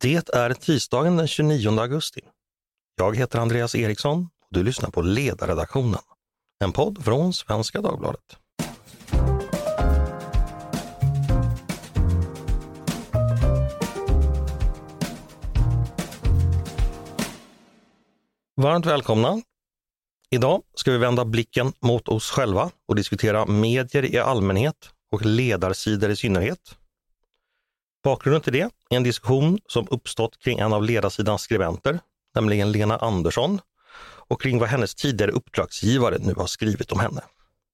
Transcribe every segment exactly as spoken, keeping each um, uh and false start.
Det är tisdagen den tjugonionde augusti. Jag heter Andreas Eriksson och du lyssnar på Ledarredaktionen, en podd från Svenska Dagbladet. Varmt välkomna. Idag ska vi vända blicken mot oss själva och diskutera medier i allmänhet och ledarsidor i synnerhet. Bakgrunden till det är en diskussion som uppstått kring en av ledarsidans skribenter, nämligen Lena Andersson, och kring vad hennes tidigare uppdragsgivare nu har skrivit om henne.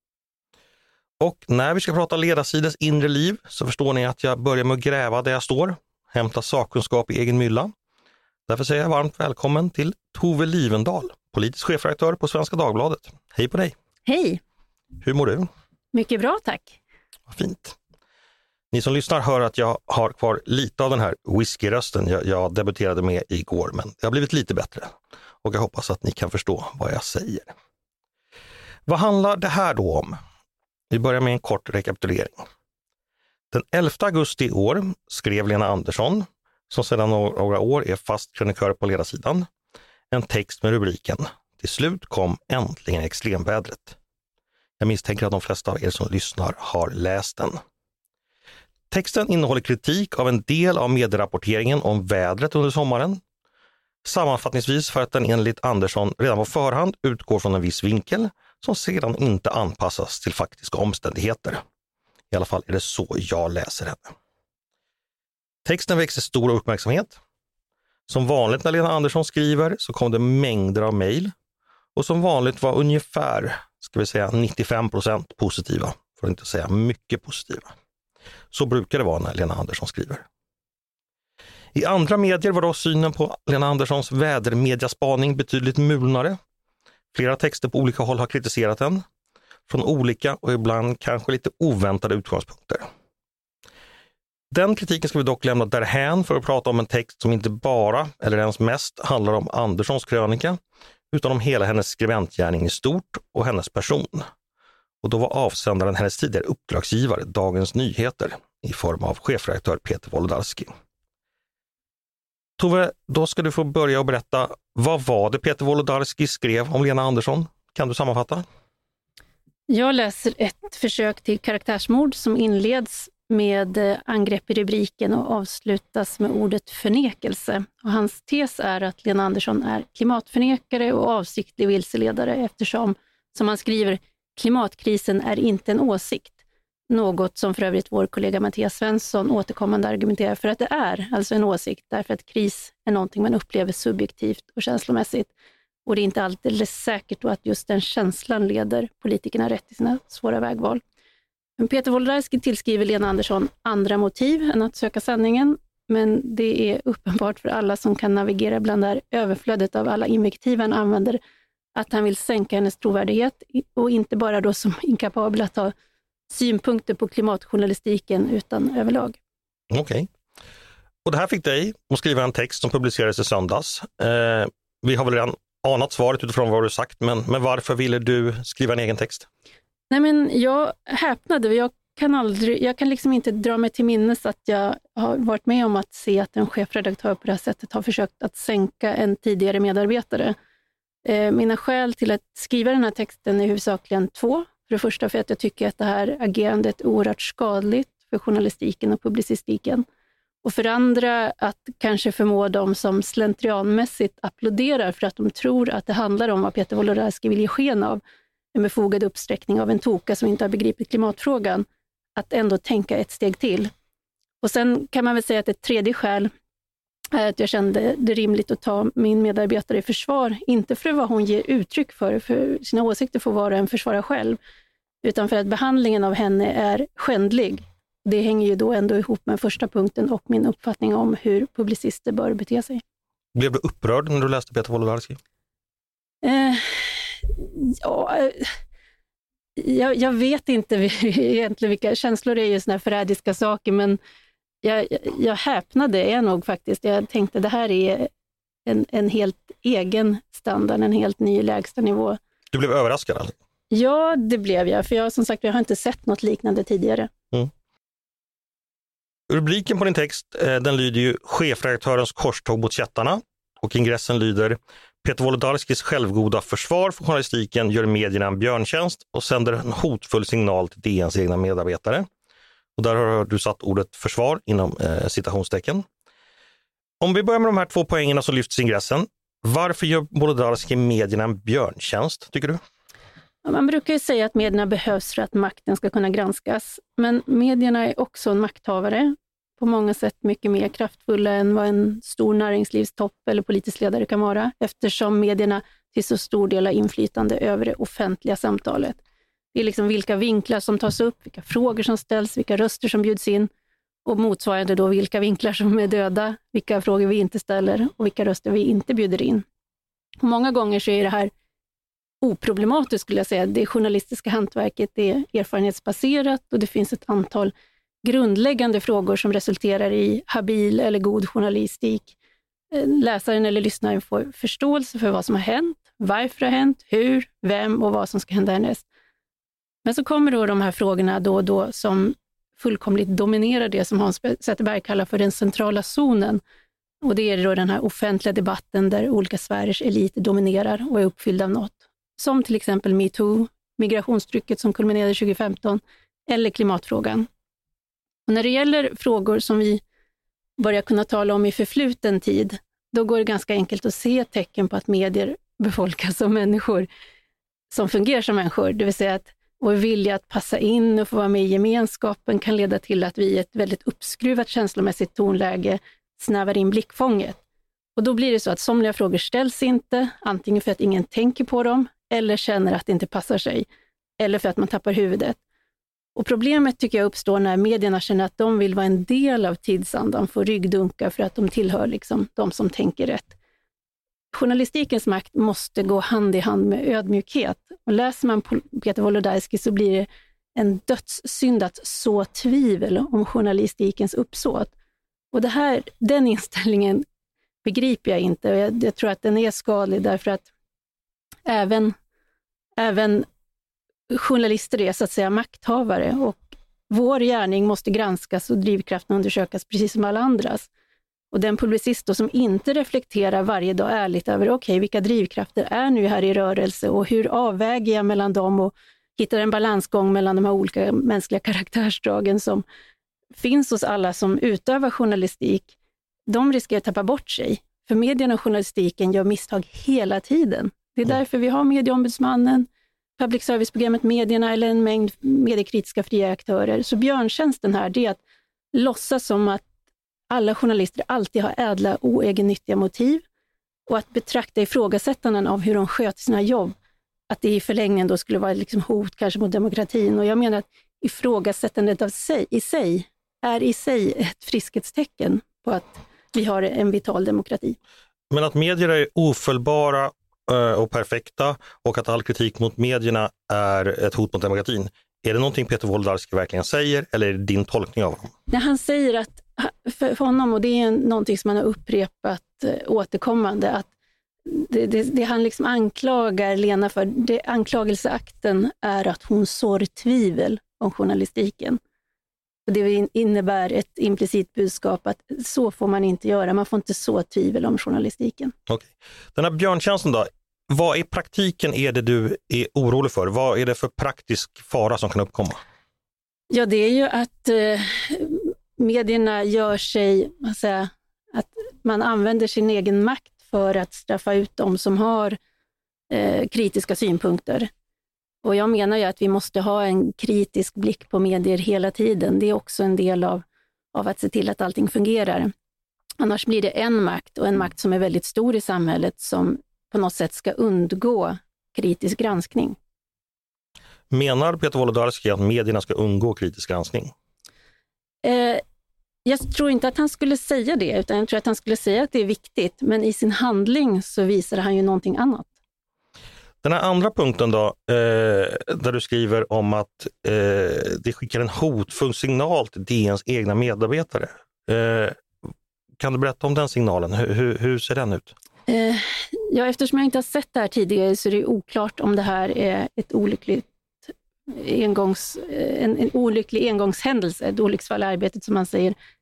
Och när vi ska prata ledarsidors inre liv så förstår ni att jag börjar med att gräva där jag står, hämta sakkunskap i egen mylla. Därför säger jag varmt välkommen till Tove Livendal, politisk chefredaktör på Svenska Dagbladet. Hej på dig! Hej! Hur mår du? Mycket bra, tack. Vad fint. Ni som lyssnar hör att jag har kvar lite av den här whiskyrösten jag, jag debuterade med igår, men det har blivit lite bättre. Och jag hoppas att ni kan förstå vad jag säger. Vad handlar det här då om? Vi börjar med en kort rekapitulering. Den elfte augusti i år skrev Lena Andersson, som sedan några år är fast krönikör på ledarsidan, en text med rubriken "Till slut kom äntligen extremvädret". Jag misstänker att de flesta av er som lyssnar har läst den. Texten innehåller kritik av en del av medierapporteringen om vädret under sommaren. Sammanfattningsvis för att den enligt Andersson redan på förhand utgår från en viss vinkel som sedan inte anpassas till faktiska omständigheter. I alla fall är det så jag läser henne. Texten växte stor uppmärksamhet. Som vanligt när Lena Andersson skriver så kom det mängder av mejl. Och som vanligt var ungefär, ska vi säga nittiofem procent positiva, för att inte säga mycket positiva. Så brukar det vara när Lena Andersson skriver. I andra medier var då synen på Lena Anderssons vädermediaspaning betydligt mulnare. Flera texter på olika håll har kritiserat den, från olika och ibland kanske lite oväntade utgångspunkter. Den kritiken ska vi dock lämna därhän för att prata om en text som inte bara, eller ens mest, handlar om Anderssons krönika, utan om hela hennes skribentgärning i stort och hennes person. Och då var avsändaren hennes tidigare uppdragsgivare, Dagens Nyheter, i form av chefredaktör Peter Wolodarski. Tove, då ska du få börja och berätta, vad var det Peter Wolodarski skrev om Lena Andersson? Kan du sammanfatta? Jag läser ett försök till karaktärsmord som inleds med angrepp i rubriken och avslutas med ordet förnekelse. Och hans tes är att Lena Andersson är klimatförnekare och avsiktlig vilseledare eftersom, som han skriver, klimatkrisen är inte en åsikt. Något som för övrigt vår kollega Mattias Svensson återkommande argumenterar för att det är, alltså en åsikt, därför att kris är någonting man upplever subjektivt och känslomässigt. Och det är inte alldeles säkert att just den känslan leder politikerna rätt i sina svåra vägval. Men Peter Wolodarski tillskriver Lena Andersson andra motiv än att söka sanningen, men det är uppenbart för alla som kan navigera bland det här överflödet av alla invektiv han använder att han vill sänka hennes trovärdighet och inte bara då som inkapabel att ha synpunkter på klimatjournalistiken utan överlag. Okej. Okay. Och det här fick dig att skriva en text som publicerades i söndags. Eh, vi har väl redan anat svaret utifrån vad du sagt, men, men varför ville du skriva en egen text? Nej, men jag häpnade. Jag kan, aldrig, jag kan liksom inte dra mig till minnes att jag har varit med om att se att en chefredaktör på det här sättet har försökt att sänka en tidigare medarbetare. Eh, mina skäl till att skriva den här texten är huvudsakligen två. För det första för att jag tycker att det här agerandet är oerhört skadligt för journalistiken och publicistiken. Och för det andra att kanske förmå dem som slentrianmässigt applåderar för att de tror att det handlar om vad Peter Wolodarski vill ge sken av, en befogad uppsträckning av en toka som inte har begripit klimatfrågan, att ändå tänka ett steg till. Och sen kan man väl säga att ett tredje skäl är att jag kände det rimligt att ta min medarbetare i försvar, inte för vad hon ger uttryck för, för sina åsikter får vara en försvara själv, utan för att behandlingen av henne är skändlig. Det hänger ju då ändå ihop med första punkten och min uppfattning om hur publicister bör bete sig. Blev du upprörd när du läste Peter Wolodarski? Eh, ja, jag, jag vet inte egentligen vilka känslor det är ju såna här förrädiska saker, men jag, jag häpnade är nog faktiskt. Jag tänkte det här är en, en helt egen standard, en helt ny lägsta nivå. Du blev överraskad alltså? Ja, det blev jag. För jag som sagt, jag har inte sett något liknande tidigare. Mm. rubriken på din text, den lyder ju chefredaktörens korståg mot jättarna och ingressen lyder Peter Wolodarskis självgoda försvar för journalistiken gör medierna en björntjänst och sänder en hotfull signal till D N:s egna medarbetare. Och där har du satt ordet försvar inom eh, citationstecken. Om vi börjar med de här två poängerna som lyfts i ingressen. Varför gör Wolodarski medierna en björntjänst, tycker du? Man brukar ju säga att medierna behövs för att makten ska kunna granskas. Men medierna är också en makthavare. På många sätt mycket mer kraftfulla än vad en stor näringslivstopp eller politisk ledare kan vara. Eftersom medierna till så stor del har inflytande över det offentliga samtalet. Det är liksom vilka vinklar som tas upp, vilka frågor som ställs, vilka röster som bjuds in. Och motsvarande då vilka vinklar som är döda, vilka frågor vi inte ställer och vilka röster vi inte bjuder in. Och många gånger så är det här oproblematiskt skulle jag säga. Det journalistiska hantverket är erfarenhetsbaserat och det finns ett antal grundläggande frågor som resulterar i habil eller god journalistik. Läsaren eller lyssnaren får förståelse för vad som har hänt, varför det har hänt, hur, vem och vad som ska hända härnäst. Men så kommer då de här frågorna då och då som fullkomligt dominerar det som Hans Zetterberg kallar för den centrala zonen. Och det är då den här offentliga debatten där olika sfärers eliter dominerar och är uppfyllda av något. Som till exempel MeToo, migrationstrycket som kulminerade tjugo femton eller klimatfrågan. Och när det gäller frågor som vi börjar kunna tala om i förfluten tid, då går det ganska enkelt att se tecken på att medier befolkas av människor som fungerar som människor. Det vill säga att vår vilja att passa in och få vara med i gemenskapen kan leda till att vi i ett väldigt uppskruvat känslomässigt tonläge snävar in blickfånget. Och då blir det så att somliga frågor ställs inte, antingen för att ingen tänker på dem eller känner att det inte passar sig, eller för att man tappar huvudet. Och problemet tycker jag uppstår när medierna känner att de vill vara en del av tidsandan, få ryggdunkar för att de tillhör liksom de som tänker rätt. Journalistikens makt måste gå hand i hand med ödmjukhet. Och läser man Peter Wolodarski så blir det en dödssynd att så tvivel om journalistikens uppsåt. Och det här, den inställningen begriper jag inte. Och jag, jag tror att den är skadlig därför att även, även journalister är så att säga makthavare. Och vår gärning måste granskas och drivkraften undersökas precis som alla andras. Och den publicist då som inte reflekterar varje dag ärligt över okej, okay, vilka drivkrafter är nu här i rörelse och hur avväger jag mellan dem och hittar en balansgång mellan de här olika mänskliga karaktärsdragen som finns hos alla som utövar journalistik, de riskerar att tappa bort sig. För medierna och journalistiken gör misstag hela tiden. Det är därför vi har medieombudsmannen, public service-programmet Medierna eller en mängd mediekritiska fria aktörer. Så björntjänsten här, det är att låtsas som att alla journalister alltid har ädla oegennyttiga motiv och att betrakta ifrågasättanden av hur de sköter sina jobb, att det i förlängningen då skulle vara liksom hot kanske mot demokratin. Och jag menar att ifrågasättandet av sig i sig är i sig ett friskhetstecken på att vi har en vital demokrati. Men att medier är oföljbara och perfekta och att all kritik mot medierna är ett hot mot demokratin. Är det någonting Peter Wolodarski verkligen säger eller är det din tolkning av honom? När han säger att för honom, och det är någonting som han har upprepat återkommande, att det, det, det han liksom anklagar Lena för, det, anklagelseakten är att hon sår tvivel om journalistiken. Och det innebär ett implicit budskap att så får man inte göra, man får inte så tvivel om journalistiken. Okej. Den här björntjänsten då, vad i praktiken är det du är orolig för? Vad är det för praktisk fara som kan uppkomma? Ja, det är ju att eh, medierna gör sig, vad säger, att man använder sin egen makt för att straffa ut de som har eh, kritiska synpunkter. Och jag menar ju att vi måste ha en kritisk blick på medier hela tiden. Det är också en del av, av att se till att allting fungerar. Annars blir det en makt, och en makt som är väldigt stor i samhället, som på något sätt ska undgå kritisk granskning. Menar Peter Wolodarski att medierna ska undgå kritisk granskning? Eh, jag tror inte att han skulle säga det, utan jag tror att han skulle säga att det är viktigt. Men i sin handling så visar han ju någonting annat. Den här andra punkten då, eh, där du skriver om att eh, det skickar en hotfull signal till D N:s egna medarbetare. Eh, kan du berätta om den signalen? Hur, hur, hur ser den ut? Eh, ja, eftersom jag inte har sett det här tidigare så är det oklart om det här är ett olyckligt engångs, en, en olycklig engångshändelse, ett olycksfall i arbetet som man säger,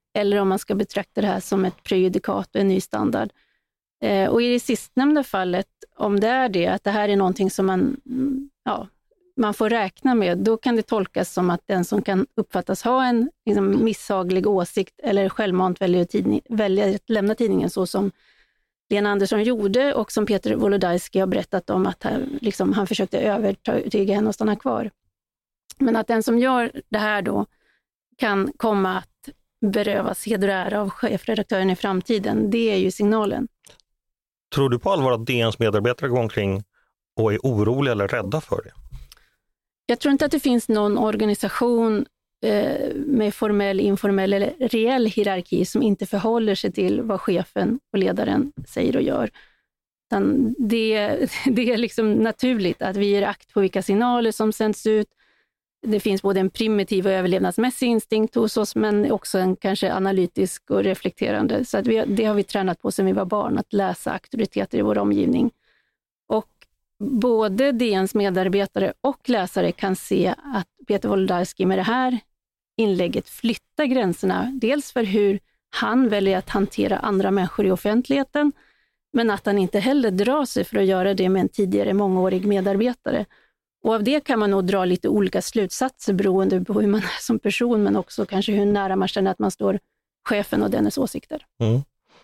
eller om man ska betrakta det här som ett prejudikat och en ny standard. Eh, och i det sistnämnda fallet, om det är det, att det här är någonting som man, ja, man får räkna med, då kan det tolkas som att den som kan uppfattas ha en liksom, misshaglig åsikt eller självmant väljer, tidning, väljer att lämna tidningen så som Lena Andersson gjorde och som Peter Wolodarski har berättat om att han, liksom, han försökte övertyga henne att stanna kvar. Men att den som gör det här då kan komma att berövas heder och ära av chefredaktören i framtiden, det är ju signalen. Tror du på allvar att D N:s medarbetare går omkring och är oroliga eller rädda för det? Jag tror inte att det finns någon organisation eh, med formell, informell eller reell hierarki som inte förhåller sig till vad chefen och ledaren säger och gör. Utan det, det är liksom naturligt att vi ger akt på vilka signaler som sänds ut. Det finns både en primitiv och överlevnadsmässig instinkt hos oss, men också en kanske analytisk och reflekterande. Så att vi, det har vi tränat på sedan vi var barn, att läsa auktoriteter i vår omgivning. Och både D N:s medarbetare och läsare kan se att Peter Wolodarski med det här inlägget flyttar gränserna. Dels för hur han väljer att hantera andra människor i offentligheten, men att han inte heller drar sig för att göra det med en tidigare mångårig medarbetare. Och av det kan man nog dra lite olika slutsatser beroende på hur man är som person, men också kanske hur nära man känner att man står chefen och dennes åsikter. Mm.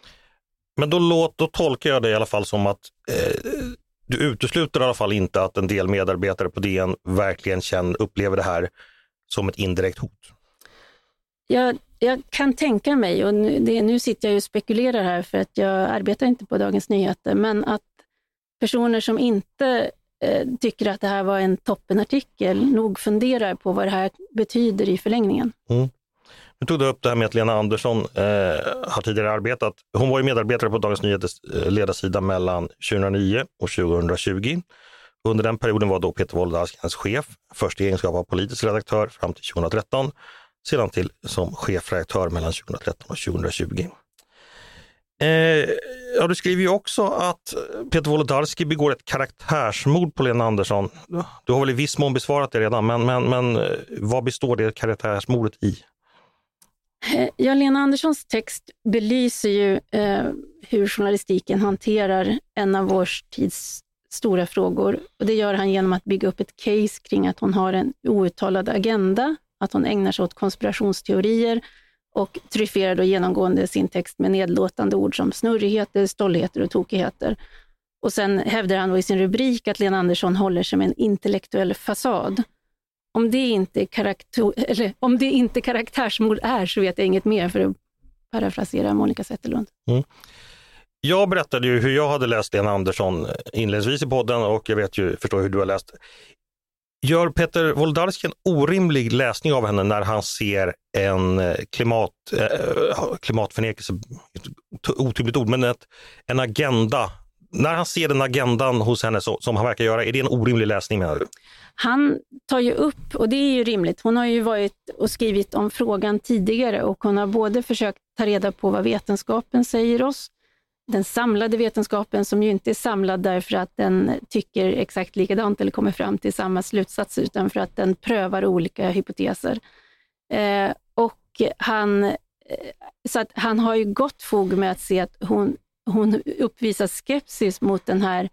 Men då, låt, då tolkar jag det i alla fall som att eh, du utesluter i alla fall inte att en del medarbetare på D N verkligen känner, upplever det här som ett indirekt hot. Jag, jag kan tänka mig, och nu, det, nu sitter jag och spekulerar här för att jag arbetar inte på Dagens Nyheter, men att personer som inte eh, tycker att det här var en toppenartikel nog funderar på vad det här betyder i förlängningen. Mm. Nu tog du upp det här med att Lena Andersson eh, har tidigare arbetat. Hon var ju medarbetare på Dagens Nyheters ledarsida mellan tjugohundranio och tjugohundratjugo. Under den perioden var då Peter Wolodarski hennes chef, först i egenskap av politisk redaktör fram till tjugohundratretton, sedan till som chefredaktör mellan tjugohundratretton och tjugohundratjugo. Eh, ja, du skriver ju också att Peter Wolodarski begår ett karaktärsmord på Lena Andersson. Du har väl i viss mån besvarat det redan, men, men, men vad består det karaktärsmordet i? Ja, Lena Anderssons text belyser ju eh, hur journalistiken hanterar en av vår tids stora frågor. Och det gör han genom att bygga upp ett case kring att hon har en outtalad agenda, att hon ägnar sig åt konspirationsteorier och tryfferar då genomgående sin text med nedlåtande ord som snurrigheter, stolligheter och tokigheter. Och sen hävdar han då i sin rubrik att Lena Andersson håller sig med en intellektuell fasad. Om det inte, karaktär, eller, om det inte karaktärsmord är så vet jag inget mer, för att parafrasera Monica Zetterlund. Mm. Jag berättade ju hur jag hade läst Lena Andersson inledningsvis i podden, och jag vet ju, förstår hur du har läst. Gör Peter Wolodarski en orimlig läsning av henne när han ser en klimat, eh, klimatförnekelse, otydligt ord, men ett, en agenda. När han ser den agendan hos henne så, som han verkar göra, är det en orimlig läsning, menar du? Han tar ju upp, och det är ju rimligt, hon har ju varit och skrivit om frågan tidigare, och hon har både försökt ta reda på vad vetenskapen säger oss, den samlade vetenskapen som ju inte är samlad därför att den tycker exakt likadant eller kommer fram till samma slutsatser, utan för att den prövar olika hypoteser. Eh, och han, eh, så att han har ju gott fog med att se att hon, hon uppvisar skepsis mot, den här,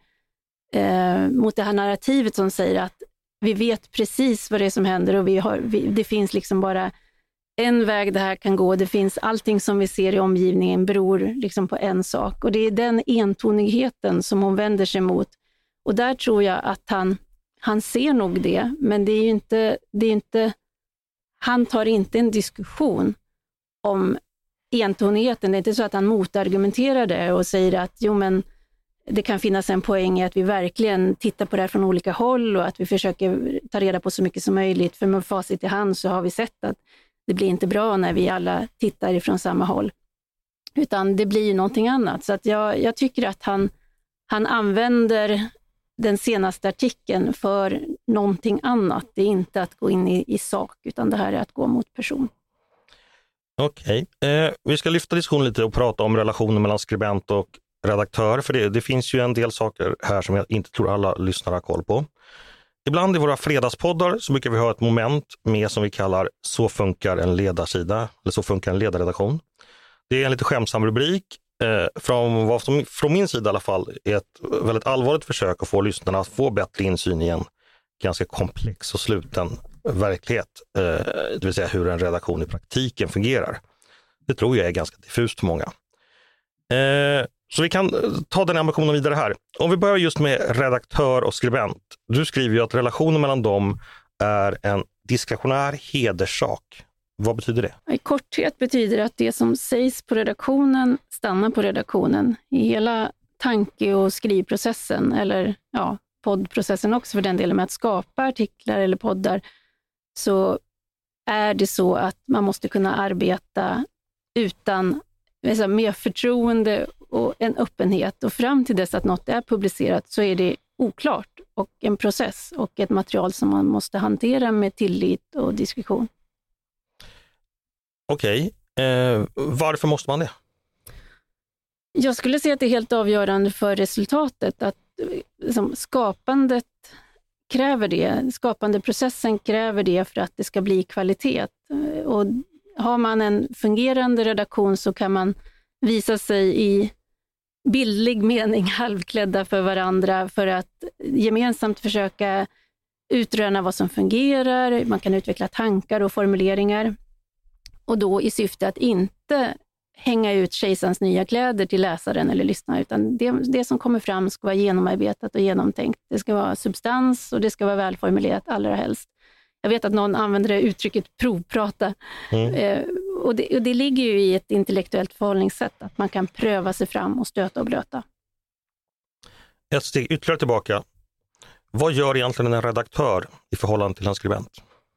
eh, mot det här narrativet som säger att vi vet precis vad det är som händer, och vi har, vi, det finns liksom bara en väg det här kan gå. Det finns allting som vi ser i omgivningen beror liksom på en sak. Och det är den entonigheten som hon vänder sig mot. Och där tror jag att han, han ser nog det. Men det är ju inte, det är inte, han tar inte en diskussion om entonigheten. Det är inte så att han motargumenterar det och säger att jo, men det kan finnas en poäng i att vi verkligen tittar på det här från olika håll och att vi försöker ta reda på så mycket som möjligt. För med facit i hand så har vi sett att det blir inte bra när vi alla tittar ifrån samma håll. Utan det blir någonting annat. Så att jag, jag tycker att han, han använder den senaste artikeln för någonting annat. Det är inte att gå in i, i sak, utan det här är att gå mot person. Okej, okay. eh, vi ska lyfta diskussionen lite och prata om relationen mellan skribent och redaktör. För det, det finns ju en del saker här som jag inte tror alla lyssnare har koll på. Ibland i våra fredagspoddar så brukar vi ha ett moment med som vi kallar Så funkar en ledarsida, eller Så funkar en ledarredaktion. Det är en lite skämtsam rubrik. Eh, från, vad som, från min sida i alla fall är ett väldigt allvarligt försök att få lyssnarna att få bättre insyn i en ganska komplex och sluten verklighet. Eh, det vill säga hur en redaktion i praktiken fungerar. Det tror jag är ganska diffust för många. Eh, så vi kan ta den ambitionen vidare här. Om vi börjar just med redaktör och skribent. Du skriver ju att relationen mellan dem är en diskretionär hederssak. Vad betyder det? I korthet betyder det att det som sägs på redaktionen stannar på redaktionen. I hela tanke- och skrivprocessen, eller ja, poddprocessen också för den delen, med att skapa artiklar eller poddar, så är det så att man måste kunna arbeta utan med förtroende och en öppenhet. Och fram till dess att något är publicerat så är det oklart och en process och ett material som man måste hantera med tillit och diskussion. Okej, eh, varför måste man det? Jag skulle säga att det är helt avgörande för resultatet. Att liksom, skapandet kräver det. Skapandeprocessen kräver det för att det ska bli kvalitet. Och har man en fungerande redaktion så kan man visa sig i bildlig mening halvklädda för varandra för att gemensamt försöka utröna vad som fungerar. Man kan utveckla tankar och formuleringar. Och då i syfte att inte hänga ut kejsarens nya kläder till läsaren eller lyssnaren, utan det, det som kommer fram ska vara genomarbetat och genomtänkt. Det ska vara substans och det ska vara välformulerat allra helst. Jag vet att någon använder det uttrycket provprata. Mm. Eh, och, det, och det ligger ju i ett intellektuellt förhållningssätt att man kan pröva sig fram och stöta och blöta. Ett steg ytterligare tillbaka. Vad gör egentligen en redaktör i förhållande till en skribent?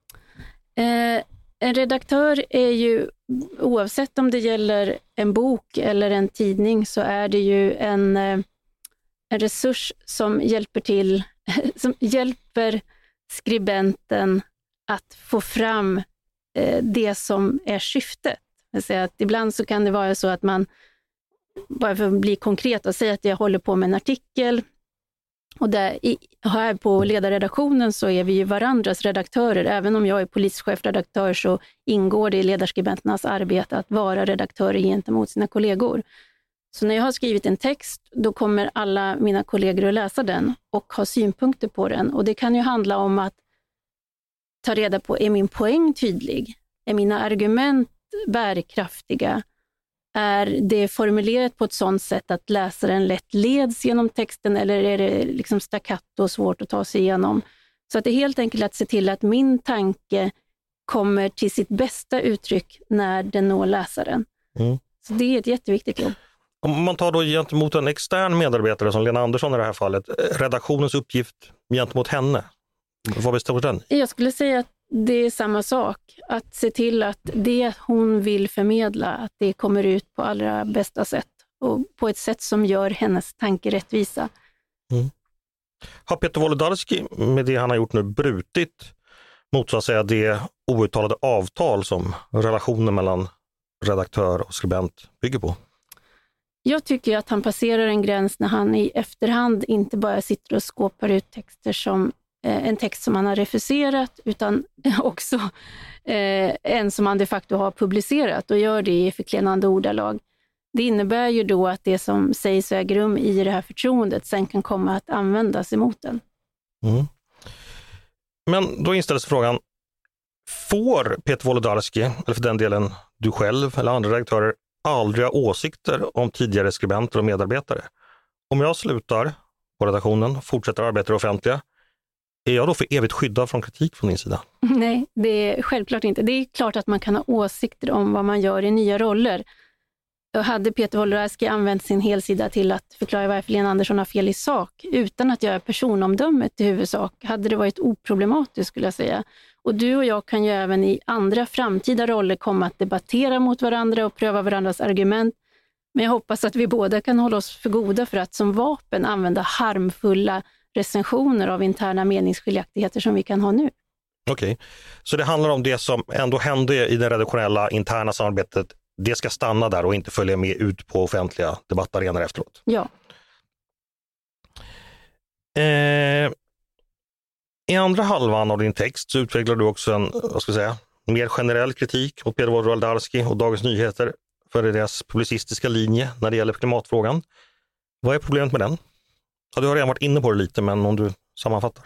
Eh, En redaktör är ju, oavsett om det gäller en bok eller en tidning, så är det ju en, en resurs som hjälper till, som hjälper skribenten att få fram det som är syftet. Jag säger att ibland så kan det vara så att man, bara för att bli konkret och säga att jag håller på med en artikel, och där, här på ledarredaktionen så är vi ju varandras redaktörer. Även om jag är polischefredaktör så ingår det i ledarskribenternas arbete att vara redaktörer gentemot sina kollegor. Så när jag har skrivit en text, då kommer alla mina kollegor att läsa den och ha synpunkter på den. Och det kan ju handla om att ta reda på, är min poäng tydlig? Är mina argument bärkraftiga? Är det formulerat på ett sådant sätt att läsaren lätt leds genom texten, eller är det liksom staccato och svårt att ta sig igenom? Så att det är helt enkelt att se till att min tanke kommer till sitt bästa uttryck när den når läsaren. Mm. Så det är ett jätteviktigt jobb. Om man tar då gentemot en extern medarbetare som Lena Andersson i det här fallet, redaktionens uppgift gentemot henne, vad består den? Jag skulle säga att det är samma sak. Att se till att det hon vill förmedla, att det kommer ut på allra bästa sätt. Och på ett sätt som gör hennes tanke rättvisa. Mm. Har Peter Wolodarski med det han har gjort nu brutit mot så att säga det outtalade avtal som relationen mellan redaktör och skribent bygger på? Jag tycker att han passerar en gräns när han i efterhand inte bara sitter och skåpar ut texter som en text som han har refuserat, utan också eh, en som han de facto har publicerat och gör det i förklenande ordalag. Det innebär ju då att det som sägs och äger rum i det här förtroendet sen kan komma att användas emot den. Mm. Men då inställs frågan, får Peter Wolodarski, eller för den delen du själv eller andra redaktörer, aldrig ha åsikter om tidigare skribenter och medarbetare? Om jag slutar på redaktionen, fortsätter arbeta i offentliga, är jag då för evigt skyddad från kritik från din sida? Nej, det är självklart inte. Det är klart att man kan ha åsikter om vad man gör i nya roller. Och hade Peter Wolodarski använt sin helsida till att förklara varför Lena Andersson har fel i sak, utan att göra personomdömet i huvudsak, hade det varit oproblematiskt skulle jag säga. Och du och jag kan ju även i andra framtida roller komma att debattera mot varandra och pröva varandras argument. Men jag hoppas att vi båda kan hålla oss för goda för att som vapen använda harmfulla recensioner av interna meningsskiljaktigheter som vi kan ha nu. Okej, okay. Så det handlar om det som ändå hände i det redaktionella interna samarbetet, det ska stanna där och inte följa med ut på offentliga debattarenor efteråt? Ja. Eh, I andra halvan av din text så utvecklar du också en, vad ska jag säga, mer generell kritik mot Pedro Wolodarski och Dagens Nyheter för deras publicistiska linje när det gäller klimatfrågan. Vad är problemet med den? Ja, du har redan varit inne på det lite, men om du sammanfattar.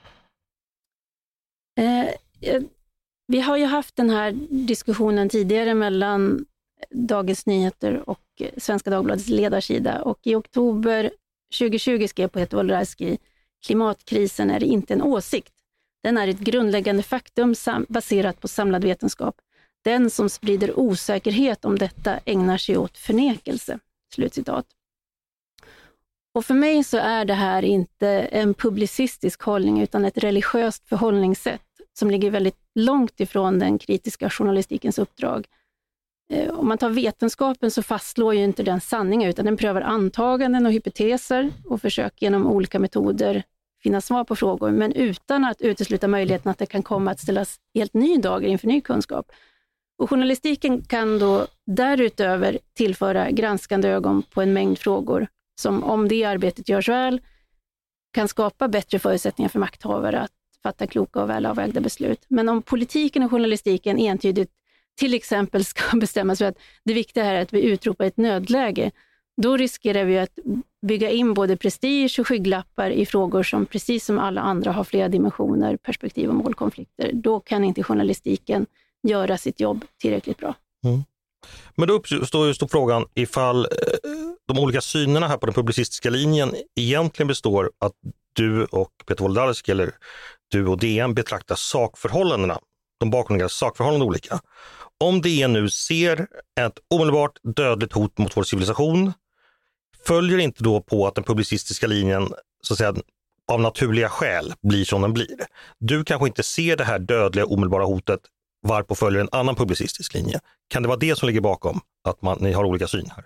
Eh, vi har ju haft den här diskussionen tidigare mellan Dagens Nyheter och Svenska Dagbladets ledarsida, och i oktober tjugohundratjugo skrev Pedro Wolodarski: klimatkrisen är inte en åsikt. Den är ett grundläggande faktum sam- baserat på samlad vetenskap. Den som sprider osäkerhet om detta ägnar sig åt förnekelse. Slutcitat. Och för mig så är det här inte en publicistisk hållning utan ett religiöst förhållningssätt som ligger väldigt långt ifrån den kritiska journalistikens uppdrag. Eh, om man tar vetenskapen så fastslår ju inte den sanningen, utan den prövar antaganden och hypoteser och försöker genom olika metoder finna svar på frågor, men utan att utesluta möjligheten att det kan komma att ställas helt ny dagar inför ny kunskap. Och journalistiken kan då därutöver tillföra granskande ögon på en mängd frågor som, om det arbetet görs väl, kan skapa bättre förutsättningar för makthavare att fatta kloka och välavvägda beslut. Men om politiken och journalistiken entydigt till exempel ska bestämma sig för att det viktiga här är att vi utropar ett nödläge, då riskerar vi att bygga in både prestige och skygglappar i frågor som precis som alla andra har flera dimensioner, perspektiv och målkonflikter. Då kan inte journalistiken göra sitt jobb tillräckligt bra. Mm. Men då uppstår just då frågan ifall de olika synerna här på den publicistiska linjen egentligen består att du och Pedro Wolodarski, eller du och D N, betraktar sakförhållandena, de bakomliggande sakförhållandena olika. Om D N nu ser ett omedelbart dödligt hot mot vår civilisation, följer inte då på att den publicistiska linjen, så att säga, av naturliga skäl blir som den blir. Du kanske inte ser det här dödliga omedelbara hotet, varpå följer en annan publicistisk linje. Kan det vara det som ligger bakom att man, ni har olika syn här?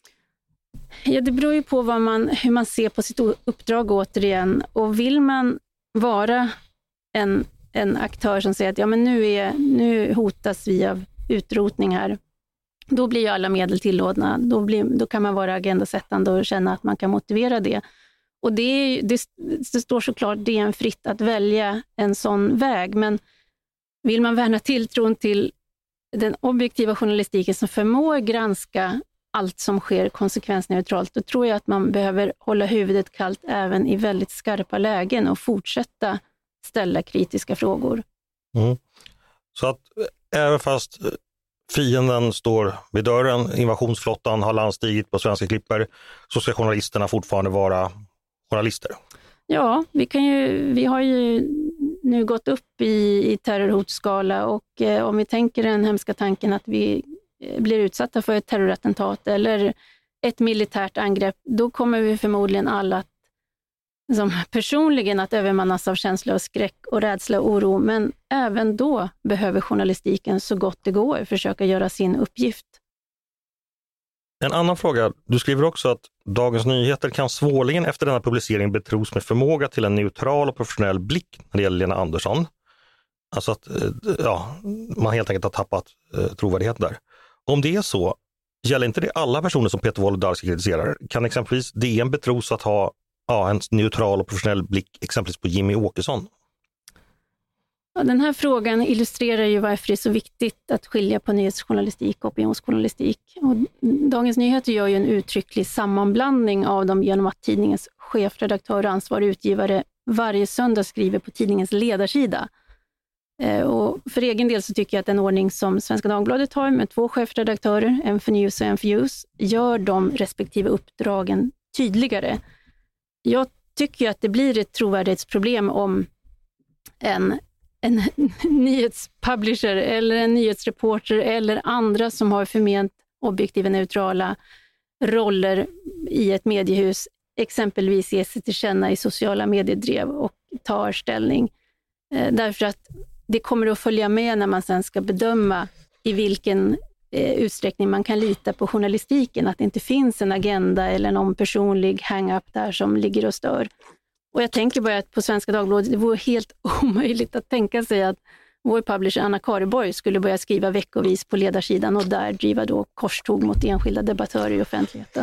Ja, det beror ju på vad man, hur man ser på sitt uppdrag återigen. Och vill man vara en, en aktör som säger att ja, men nu, är, nu hotas vi av utrotning här, då blir ju alla medel tillåtna. Då, blir, då kan man vara agendasättande och känna att man kan motivera det. Och det, är, det, det står såklart det är en fritt att välja en sån väg, men vill man värna tilltron till den objektiva journalistiken som förmår granska allt som sker konsekvensneutralt, då tror jag att man behöver hålla huvudet kallt även i väldigt skarpa lägen och fortsätta ställa kritiska frågor. Mm. Så att även fast fienden står vid dörren, invasionsflottan har landstigit på svenska klipper, så ska journalisterna fortfarande vara journalister? Ja, vi, kan ju, vi har ju nu gått upp i, i terrorhotskala, och eh, om vi tänker den hemska tanken att vi eh, blir utsatta för ett terrorattentat eller ett militärt angrepp, då kommer vi förmodligen alla att, som personligen att övermannas av känsla av skräck och rädsla och oro, men även då behöver journalistiken så gott det går försöka göra sin uppgift. En annan fråga, du skriver också att Dagens Nyheter kan svårligen efter denna publicering betros med förmåga till en neutral och professionell blick när det gäller Lena Andersson. Alltså att ja, man helt enkelt har tappat eh, trovärdighet där. Om det är så, gäller inte det alla personer som Pedro Wolodarski kritiserar? Kan exempelvis D N betros att ha ja, en neutral och professionell blick exempelvis på Jimmy Åkesson? Ja, den här frågan illustrerar ju varför det är så viktigt att skilja på nyhetsjournalistik och opinionsjournalistik. Och Dagens Nyheter gör ju en uttrycklig sammanblandning av dem genom att tidningens chefredaktör och ansvarig utgivare varje söndag skriver på tidningens ledarsida. Och för egen del så tycker jag att den ordning som Svenska Dagbladet har med två chefredaktörer, en för News och en för Views, gör de respektive uppdragen tydligare. Jag tycker att det blir ett trovärdighetsproblem om en en nyhetspublisher eller en nyhetsreporter eller andra som har förment objektiva neutrala roller i ett mediehus exempelvis ger sig till känna i sociala mediedrev och tar ställning. Eh, därför att det kommer att följa med när man sen ska bedöma i vilken eh, utsträckning man kan lita på journalistiken, att det inte finns en agenda eller någon personlig hang-up där som ligger och stör. Och jag tänker bara att på Svenska Dagbladet, det vore helt omöjligt att tänka sig att vår publisher Anna Kariborg skulle börja skriva veckovis på ledarsidan och där driva då korståg mot enskilda debattörer i offentligheten.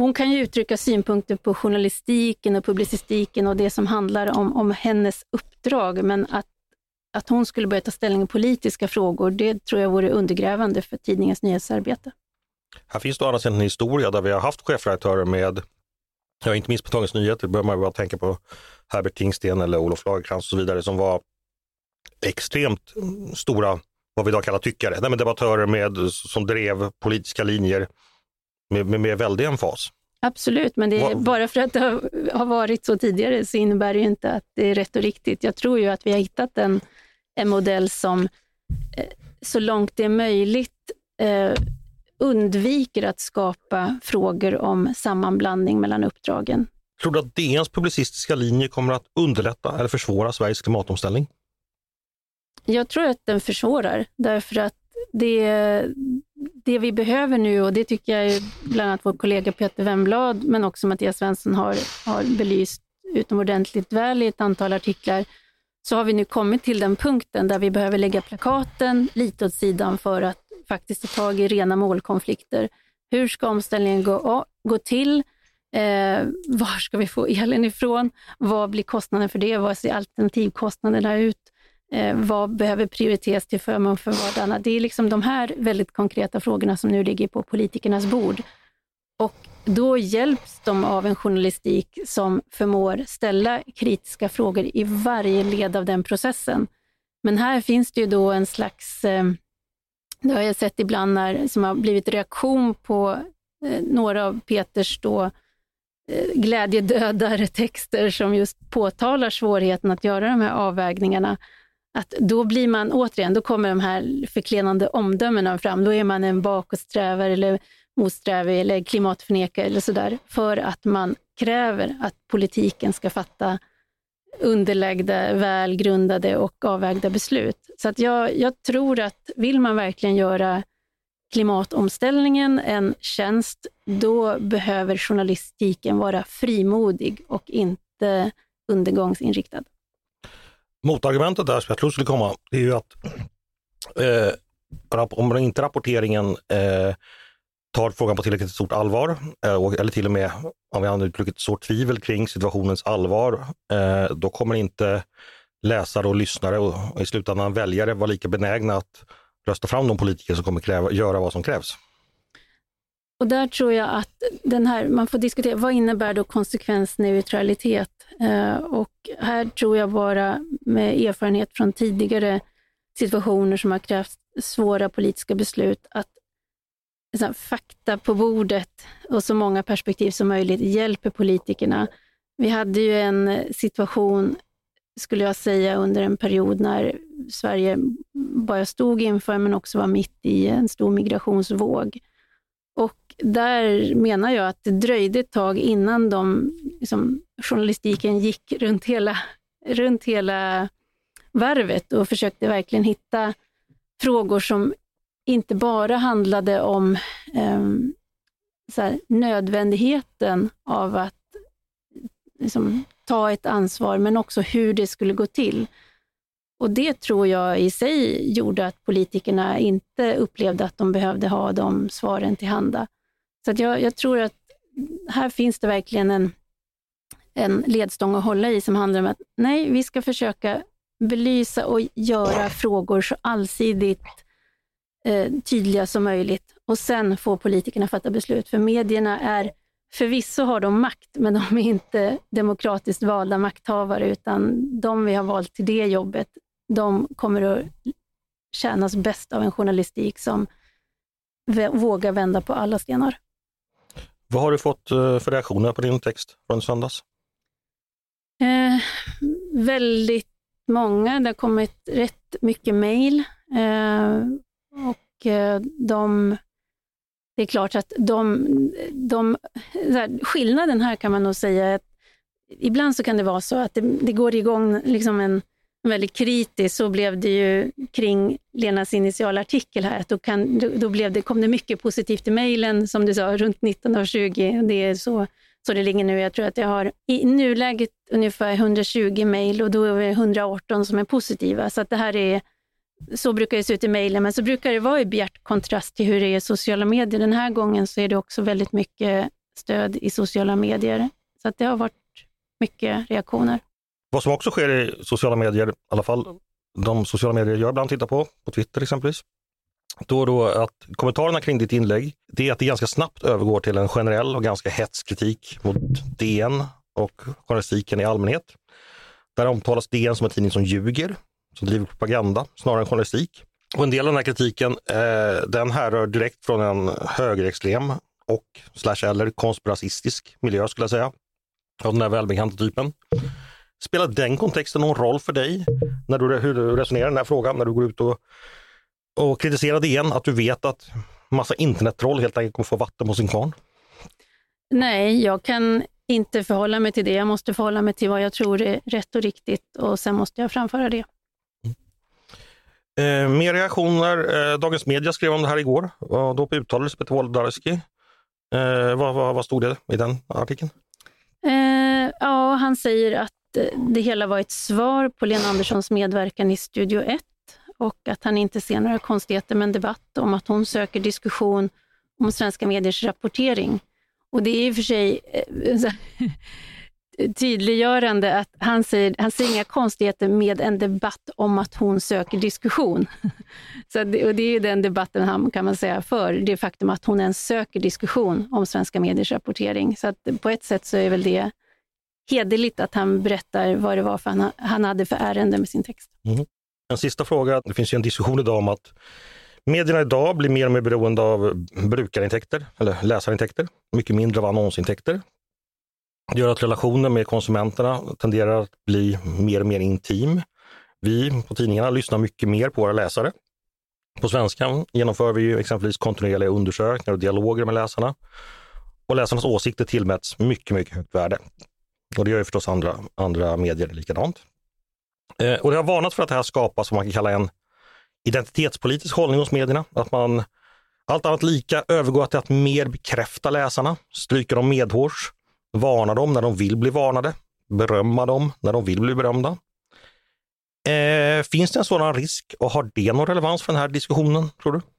hon kan ju uttrycka synpunkter på journalistiken och publicistiken och det som handlar om, om hennes uppdrag, men att, att hon skulle börja ta ställning i politiska frågor, det tror jag vore undergrävande för tidningens nyhetsarbete. Här finns det å andra sidan en historia där vi har haft chefredaktörer med, ja, inte minst på Dagens Nyheter, bör man bara tänka på Herbert Tingsten eller Olof Lagercrantz och så vidare, som var extremt stora, vad vi idag kallar tyckare. Nej, men debattörer med, som drev politiska linjer med, med, med väldig emfas. Absolut, men det är, Vad... bara för att det har, har varit så tidigare så innebär det ju inte att det är rätt och riktigt. Jag tror ju att vi har hittat en, en modell som eh, så långt det är möjligt eh, undviker att skapa frågor om sammanblandning mellan uppdragen. Tror du att D N:s publicistiska linje kommer att underlätta eller försvåra Sveriges klimatomställning? Jag tror att den försvårar, därför att det, det vi behöver nu, och det tycker jag bland annat vår kollega Peter Wemblad, men också Mattias Svensson har, har belyst utomordentligt väl i ett antal artiklar, så har vi nu kommit till den punkten där vi behöver lägga plakaten lite åt sidan för att faktiskt ta tag i rena målkonflikter. Hur ska omställningen gå, gå till? Eh, var ska vi få elen ifrån? Vad blir kostnaden för det? Vad ser alternativkostnaderna ut? Eh, vad behöver prioriteras till förmån för vardagarna? Det är liksom de här väldigt konkreta frågorna som nu ligger på politikernas bord. Och då hjälps de av en journalistik som förmår ställa kritiska frågor i varje led av den processen. Men här finns det ju då en slags, eh, det har jag sett ibland när, som har blivit reaktion på eh, några av Peters då eh, glädjedödare texter som just påtalar svårigheten att göra de här avvägningarna. Att då blir man återigen, då kommer de här förklenande omdömena fram. Då är man en bakåtsträvare eller motsträvare eller klimatförnekare eller sådär, för att man kräver att politiken ska fatta underlagda, välgrundade och avvägda beslut. Så att jag, jag tror att vill man verkligen göra klimatomställningen en tjänst, då behöver journalistiken vara frimodig och inte undergångsinriktad. Motargumentet där som jag tror skulle komma, det är ju att eh, om inte rapporteringen eh, tar frågan på tillräckligt stort allvar, eh, eller till och med om vi använder uttrycket så tvivel kring situationens allvar, eh, då kommer inte läsare och lyssnare och, och i slutändan väljare vara lika benägna att rösta fram de politiker som kommer kräva, göra vad som krävs. Och där tror jag att den här, man får diskutera, vad innebär då konsekvensneutralitet? Eh, och här tror jag bara med erfarenhet från tidigare situationer som har krävt svåra politiska beslut, att så här, fakta på bordet och så många perspektiv som möjligt hjälper politikerna. Vi hade ju en situation, skulle jag säga, under en period när Sverige bara stod inför, men också var mitt i en stor migrationsvåg. Och där menar jag att det dröjde ett tag innan de, liksom, journalistiken gick runt hela, runt hela varvet och försökte verkligen hitta frågor som inte bara handlade om eh, så här, nödvändigheten av att liksom, ta ett ansvar, men också hur det skulle gå till. Och det tror jag i sig gjorde att politikerna inte upplevde att de behövde ha de svaren till handa. Så att jag, jag tror att här finns det verkligen en, en ledstång att hålla i som handlar om att nej, vi ska försöka belysa och göra frågor så allsidigt eh, tydliga som möjligt. Och sen får politikerna fatta beslut. För medierna är, förvisso har de makt, men de är inte demokratiskt valda makthavare, utan de vi har valt till det jobbet, de kommer att tjänas bäst av en journalistik som vågar vända på alla stenar. Vad har du fått för reaktioner på din text från söndags? Eh, väldigt många. Det har kommit rätt mycket mejl. Eh, och eh, de... Det är klart att de... de här, skillnaden här kan man nog säga att ibland så kan det vara så att det, det går igång liksom en väldigt kritisk, så blev det ju kring Lenas initialartikel här, att då, kan, då, då blev det, kom det mycket positivt i mejlen, som du sa, runt nitton av tjugo. Det är så, så det ligger nu. Jag tror att jag har i nuläget ungefär hundratjugo mejl och då är det hundraarton som är positiva. Så att det här är, så brukar det se ut i mejlen, men så brukar det vara i bjärt kontrast till hur det är i sociala medier. Den här gången så är det också väldigt mycket stöd i sociala medier. Så att det har varit mycket reaktioner. Vad som också sker i sociala medier, i alla fall de sociala medier jag ibland tittar på, på Twitter exempelvis, då och då att kommentarerna kring ditt inlägg, det är att det ganska snabbt övergår till en generell och ganska hets kritik mot D N och journalistiken i allmänhet. Där omtalas D N som en tidning som ljuger, som driver propaganda snarare än journalistik. Och en del av den här kritiken, eh, den härrör direkt från en högerextrem och slash eller konspiracistisk miljö skulle jag säga. Av den här välbekanta typen. Spelar den kontexten någon roll för dig när du, hur du resonerar den här frågan, när du går ut och, och kritiserar D N, att du vet att massa internettroll helt enkelt kommer få vatten på sin kvarn? Nej, jag kan inte förhålla mig till det. Jag måste förhålla mig till vad jag tror är rätt och riktigt och sen måste jag framföra det. Mm. Eh, mer reaktioner. Eh, Dagens Media skrev om det här igår. Och då uttalades Peter Wolodarski. Eh, vad, vad, vad stod det i den artikeln? Eh, ja, han säger att det hela var ett svar på Lena Anderssons medverkan i Studio ett och att han inte ser några konstigheter med en debatt om att hon söker diskussion om svenska mediers rapportering. Och det är i och för sig eh, tydliggörande att han säger, han ser inga konstigheter med en debatt om att hon söker diskussion. Så det, och det är ju den debatten han kan man säga för, det faktum att hon ens söker diskussion om svenska mediers rapportering. Så att på ett sätt så är väl det hederligt att han berättar vad det var för han, han hade för ärende med sin text. Mm. En sista fråga, det finns ju en diskussion idag om att medierna idag blir mer och mer beroende av brukarintäkter eller läsarintäkter, mycket mindre av annonsintäkter. Det gör att relationen med konsumenterna tenderar att bli mer och mer intim. Vi på tidningarna lyssnar mycket mer på våra läsare. På Svenskan genomför vi ju exempelvis kontinuerliga undersökningar och dialoger med läsarna. Och läsarnas åsikter tillmäts mycket, mycket högt värde. Och det gör ju förstås andra, andra medier likadant. Eh, och det har varnats för att det här skapas vad man kan kalla en identitetspolitisk hållning hos medierna. Att man allt annat lika övergår till att mer bekräfta läsarna, stryka dem medhårs, varna dem när de vill bli varnade, berömma dem när de vill bli berömda. Eh, finns det en sådan risk och har det någon relevans för den här diskussionen, tror du?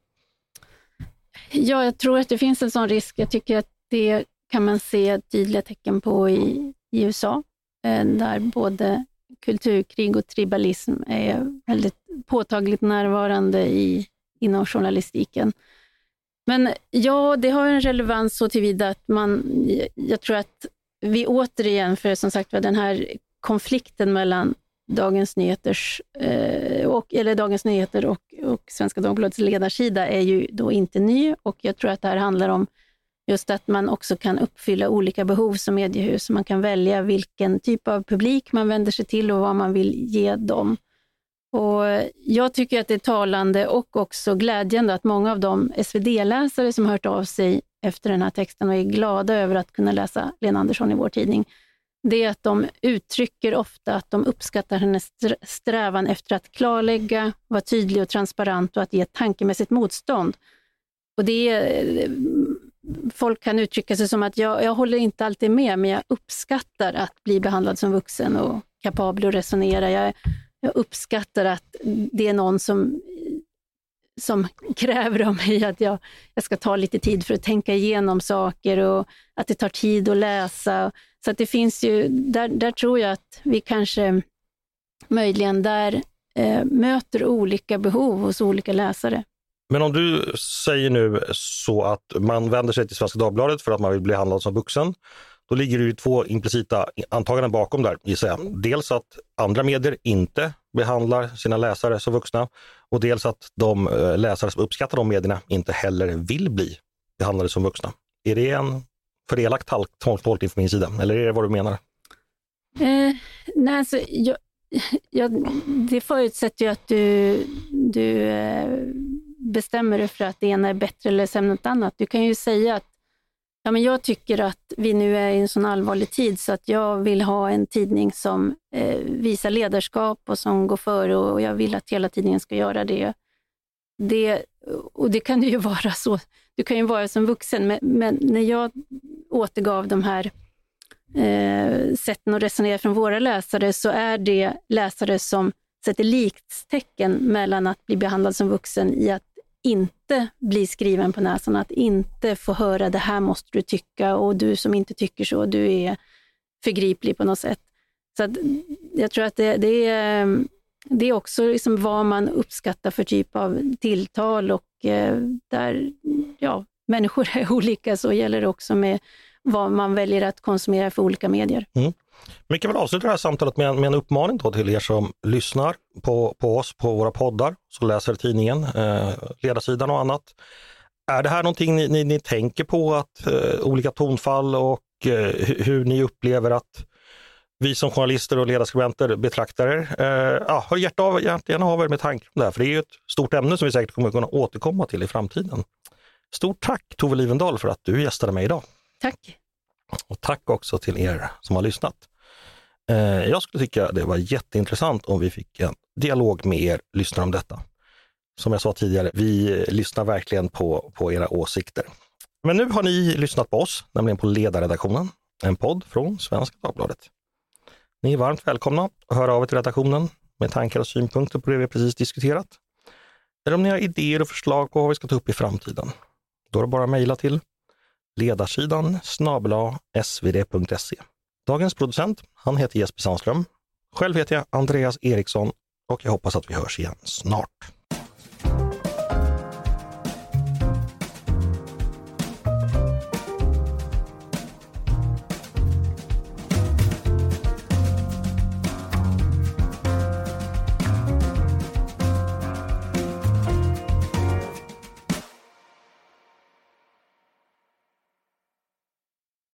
Ja, jag tror att det finns en sån risk. Jag tycker att det kan man se tydliga tecken på i, i U S A, eh, där både kulturkrig och tribalism är väldigt påtagligt närvarande i, inom journalistiken. Men ja, det har en relevans så tillvida att man, jag tror att vi återigen, för som sagt var den här konflikten mellan Dagens Nyheters eh, och, eller Dagens Nyheter och, och Svenska Dagbladets ledarsida är ju då inte ny, och jag tror att det här handlar om just att man också kan uppfylla olika behov som mediehus. Man kan välja vilken typ av publik man vänder sig till och vad man vill ge dem. Och jag tycker att det är talande och också glädjande att många av de S V D-läsare som hört av sig efter den här texten och är glada över att kunna läsa Lena Andersson i vår tidning, det är att de uttrycker ofta att de uppskattar hennes strävan efter att klarlägga, vara tydlig och transparent och att ge tankemässigt motstånd. Och det är, folk kan uttrycka sig som att jag, jag håller inte alltid med, men jag uppskattar att bli behandlad som vuxen och kapabel att resonera. Jag, jag uppskattar att det är någon som, som kräver av mig att jag, jag ska ta lite tid för att tänka igenom saker och att det tar tid att läsa. Så att det finns ju, där, där tror jag att vi kanske möjligen där eh, möter olika behov hos olika läsare. Men om du säger nu så att man vänder sig till Svenska Dagbladet för att man vill bli handlad som vuxen, då ligger det ju två implicita antaganden bakom där, gissar jag. Dels att andra medier inte behandlar sina läsare som vuxna, och dels att de läsare som uppskattar de medierna inte heller vill bli behandlade som vuxna. Är det en för elak tolkning från min sida, eller är det vad du menar? Eh, nej, alltså, jag, jag, det förutsätter ju att du, du eh, bestämmer dig för att det ena är bättre eller sämre än något annat. Du kan ju säga att ja, men jag tycker att vi nu är i en sån allvarlig tid så att jag vill ha en tidning som eh, visar ledarskap och som går före, och jag vill att hela tidningen ska göra det. det och det kan ju vara så. Du kan ju vara som vuxen, men, men när jag återgav de här eh, sätten att resonera från våra läsare, så är det läsare som sätter likhetstecken mellan att bli behandlad som vuxen i att inte bli skriven på näsan, att inte få höra det här måste du tycka och du som inte tycker så, du är förgriplig på något sätt. Så att jag tror att det, det, är, det är också liksom vad man uppskattar för typ av tilltal och eh, där ja, människor är olika, så gäller det också med vad man väljer att konsumera för olika medier. Mm. Vi kan väl avsluta det här samtalet med en, med en uppmaning då till er som lyssnar på, på oss, på våra poddar, som läser tidningen, eh, ledarsidan och annat. Är det här någonting ni, ni, ni tänker på, att eh, olika tonfall och eh, hur ni upplever att vi som journalister och ledarskribenter betraktar er? Eh, ja, hör hjärta av, gärna av er med tankar om det här, för det är ju ett stort ämne som vi säkert kommer kunna återkomma till i framtiden. Stort tack Tove Livendal för att du gästade mig idag. Tack. Och tack också till er som har lyssnat. Jag skulle tycka det var jätteintressant om vi fick en dialog med er lyssnare om detta. Som jag sa tidigare, vi lyssnar verkligen på, på era åsikter. Men nu har ni lyssnat på oss, nämligen på Ledarredaktionen, en podd från Svenska Dagbladet. Ni är varmt välkomna att höra av er till redaktionen med tankar och synpunkter på det vi precis diskuterat. Eller om ni har idéer och förslag på vad vi ska ta upp i framtiden. Då är det bara att mejla till ledarsidan snabel-a s v d punkt se. Dagens producent, han heter Jesper Sandström. Själv heter jag Andreas Eriksson och jag hoppas att vi hörs igen snart.